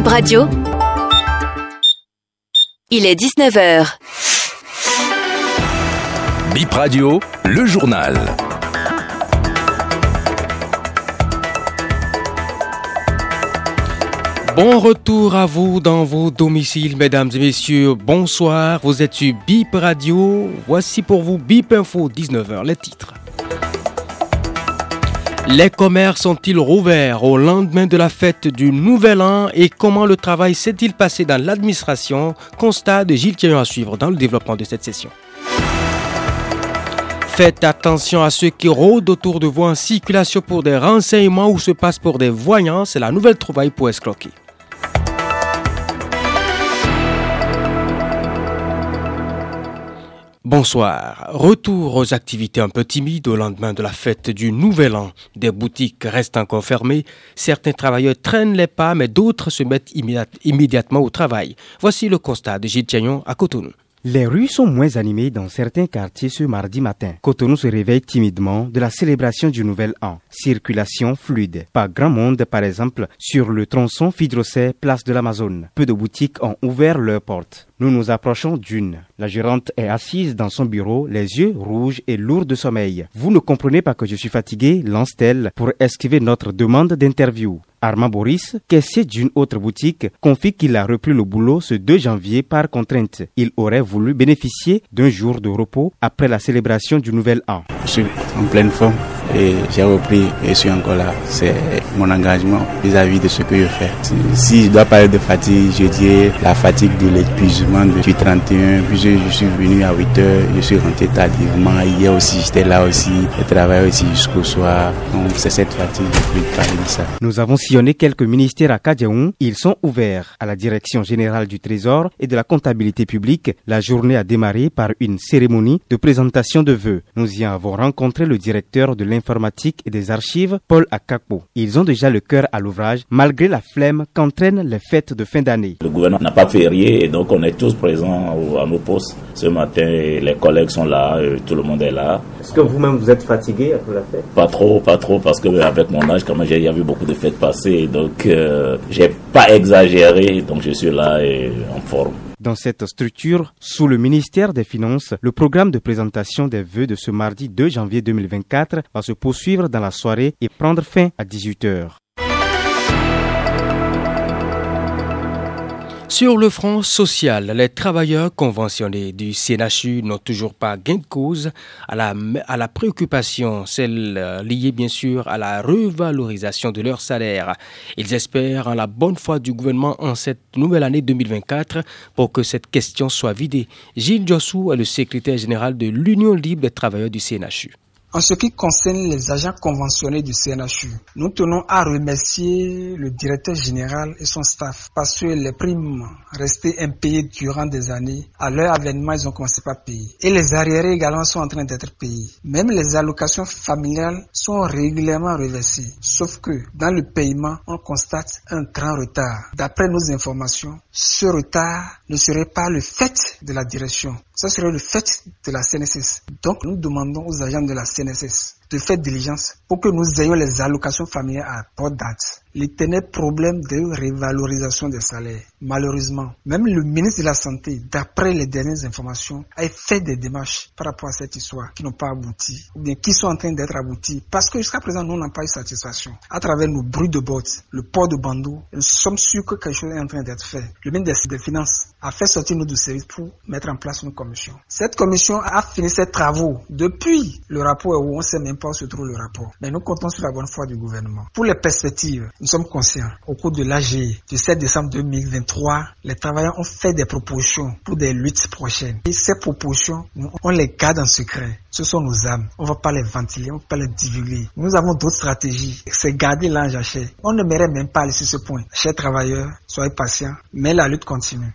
Bip Radio. Il est 19h. Bip Radio, le journal. Bon retour à vous dans vos domiciles, mesdames et messieurs. Bonsoir, vous êtes sur Bip Radio. Voici pour vous Bip Info, 19h, les titres. Les commerces sont-ils rouverts au lendemain de la fête du Nouvel An et comment le travail s'est-il passé dans l'administration? Constat de Gilles Thierry à suivre dans le développement de cette session. Faites attention à ceux qui rôdent autour de vous en circulation pour des renseignements ou se passent pour des voyants. C'est la nouvelle trouvaille pour escroquer. Bonsoir. Retour aux activités un peu timides au lendemain de la fête du Nouvel An. Des boutiques restent encore fermées. Certains travailleurs traînent les pas, mais d'autres se mettent immédiatement au travail. Voici le constat de Gilles Thierry à Cotonou. Les rues sont moins animées dans certains quartiers ce mardi matin. Cotonou se réveille timidement de la célébration du Nouvel An. Circulation fluide. Pas grand monde, par exemple, sur le tronçon Fidrocet, place de l'Amazone. Peu de boutiques ont ouvert leurs portes. Nous nous approchons d'une. La gérante est assise dans son bureau, les yeux rouges et lourds de sommeil. Vous ne comprenez pas que je suis fatigué, lance-t-elle pour esquiver notre demande d'interview. Armand Boris, caissier d'une autre boutique, confie qu'il a repris le boulot ce 2 janvier par contrainte. Il aurait voulu bénéficier d'un jour de repos après la célébration du Nouvel An. Je suis en pleine forme et j'ai repris et je suis encore là. C'est mon engagement vis-à-vis de ce que je fais. Si je dois parler de fatigue, je dirais la fatigue de l'épuisement depuis 31. Puis je suis venu à 8h, je suis rentré tardivement. Hier aussi, j'étais là aussi. Je travaille aussi jusqu'au soir. Donc c'est cette fatigue que je peux parler de ça. Nous avons sillonné quelques ministères à Kadiaoun. Ils sont ouverts. À la Direction générale du Trésor et de la comptabilité publique, la journée a démarré par une cérémonie de présentation de vœux. Nous y avons rencontré le directeur de l'informatique et des archives, Paul Akakpo. Ils ont déjà le cœur à l'ouvrage, malgré la flemme qu'entraînent les fêtes de fin d'année. Le gouvernement n'a pas férié et donc on est tous présents à nos postes. Ce matin, les collègues sont là, tout le monde est là. Est-ce que vous-même vous êtes fatigué après la fête? Pas trop, parce que avec mon âge, quand même, il y a eu beaucoup de fêtes passées, donc j'ai pas exagéré, donc je suis là et en forme. Dans cette structure, sous le ministère des Finances, le programme de présentation des vœux de ce mardi 2 janvier 2024 va se poursuivre dans la soirée et prendre fin à 18h. Sur le front social, les travailleurs conventionnés du CNHU n'ont toujours pas gain de cause à la préoccupation, celle liée bien sûr à la revalorisation de leur salaire. Ils espèrent en la bonne foi du gouvernement en cette nouvelle année 2024 pour que cette question soit vidée. Gilles Diossou est le secrétaire général de l'Union libre des travailleurs du CNHU. En ce qui concerne les agents conventionnés du CNHU, nous tenons à remercier le directeur général et son staff parce que les primes restées impayées durant des années, à leur avènement, ils ont commencé par payer. Et les arriérés également sont en train d'être payés. Même les allocations familiales sont régulièrement reversées. Sauf que dans le paiement, on constate un grand retard. D'après nos informations, ce retard ne serait pas le fait de la direction. Ça serait le fait de la CNSS. Donc, nous demandons aux agents de la CNSS de faire diligence pour que nous ayons les allocations familiales à bonne date. L'éternel problème de révalorisation des salaires. Malheureusement, même le ministre de la Santé, d'après les dernières informations, a fait des démarches par rapport à cette histoire qui n'ont pas abouti, ou bien qui sont en train d'être abouties. Parce que jusqu'à présent, nous n'avons pas eu satisfaction. À travers nos bruits de bottes, le port de Bandou, nous sommes sûrs que quelque chose est en train d'être fait. Le ministre des Finances a fait sortir nos deux services pour mettre en place une commission. Cette commission a fini ses travaux depuis le rapport où on ne sait même pas où se trouve le rapport. Mais nous comptons sur la bonne foi du gouvernement. Pour les perspectives, nous sommes conscients. Au cours de l'AG du 7 décembre 2023, les travailleurs ont fait des propositions pour des luttes prochaines. Et ces propositions, on les garde en secret. Ce sont nos âmes. On ne va pas les ventiler, on ne va pas les divulguer. Nous avons d'autres stratégies. C'est garder l'ange à chair. On ne mérite même pas aller sur ce point. Chers travailleurs, soyez patients, mais la lutte continue.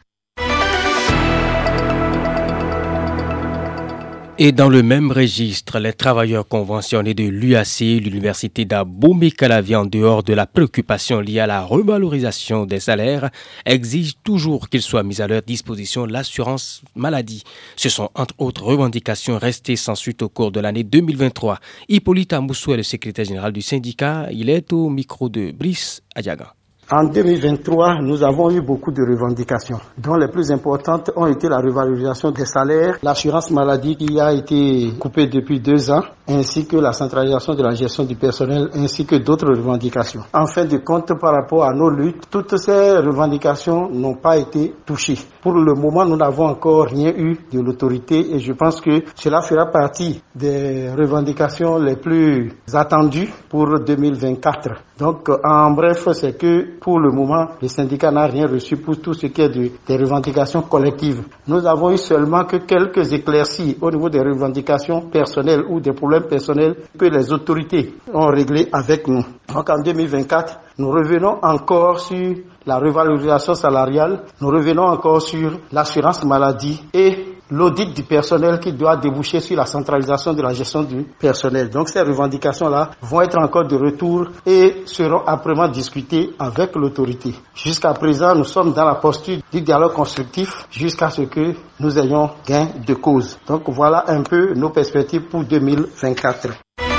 Et dans le même registre, les travailleurs conventionnés de l'UAC, l'université d'Abomey-Calavi, en dehors de la préoccupation liée à la revalorisation des salaires, exigent toujours qu'il soit mis à leur disposition l'assurance maladie. Ce sont entre autres revendications restées sans suite au cours de l'année 2023. Hippolyte Amoussou est le secrétaire général du syndicat. Il est au micro de Brice Adiaga. En 2023, nous avons eu beaucoup de revendications, dont les plus importantes ont été la revalorisation des salaires, l'assurance maladie qui a été coupée depuis 2 ans, ainsi que la centralisation de la gestion du personnel, ainsi que d'autres revendications. En fin de compte, par rapport à nos luttes, toutes ces revendications n'ont pas été touchées. Pour le moment, nous n'avons encore rien eu de l'autorité et je pense que cela fera partie des revendications les plus attendues pour 2024. Donc, en bref, c'est que pour le moment, le syndicat n'a rien reçu pour tout ce qui est des revendications collectives. Nous avons eu seulement que quelques éclaircies au niveau des revendications personnelles ou des problèmes personnels que les autorités ont réglés avec nous. Donc, en 2024, nous revenons encore sur la revalorisation salariale, nous revenons encore sur l'assurance maladie et l'audit du personnel qui doit déboucher sur la centralisation de la gestion du personnel. Donc ces revendications-là vont être encore de retour et seront âprement discutées avec l'autorité. Jusqu'à présent, nous sommes dans la posture du dialogue constructif jusqu'à ce que nous ayons gain de cause. Donc voilà un peu nos perspectives pour 2024.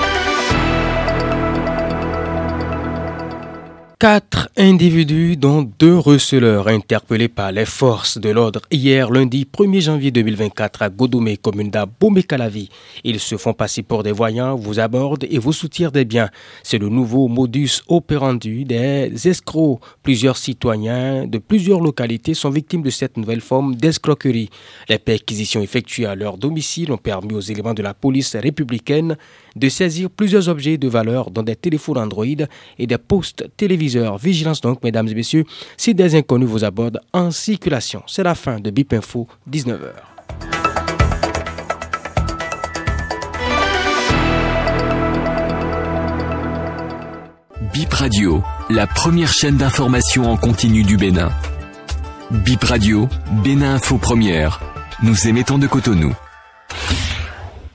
4 individus, dont 2 receleurs, interpellés par les forces de l'ordre hier lundi 1er janvier 2024 à Godomé, commune d'Abomey-Calavi. Ils se font passer pour des voyants, vous abordent et vous soutirent des biens. C'est le nouveau modus operandi des escrocs. Plusieurs citoyens de plusieurs localités sont victimes de cette nouvelle forme d'escroquerie. Les perquisitions effectuées à leur domicile ont permis aux éléments de la police républicaine de saisir plusieurs objets de valeur, dont des téléphones Android et des postes téléviseurs. Vigilance donc, mesdames et messieurs, si des inconnus vous abordent en circulation. C'est la fin de BIP Info, 19h. BIP Radio, la première chaîne d'information en continu du Bénin. BIP Radio, Bénin Info Première. Nous émettons de Cotonou.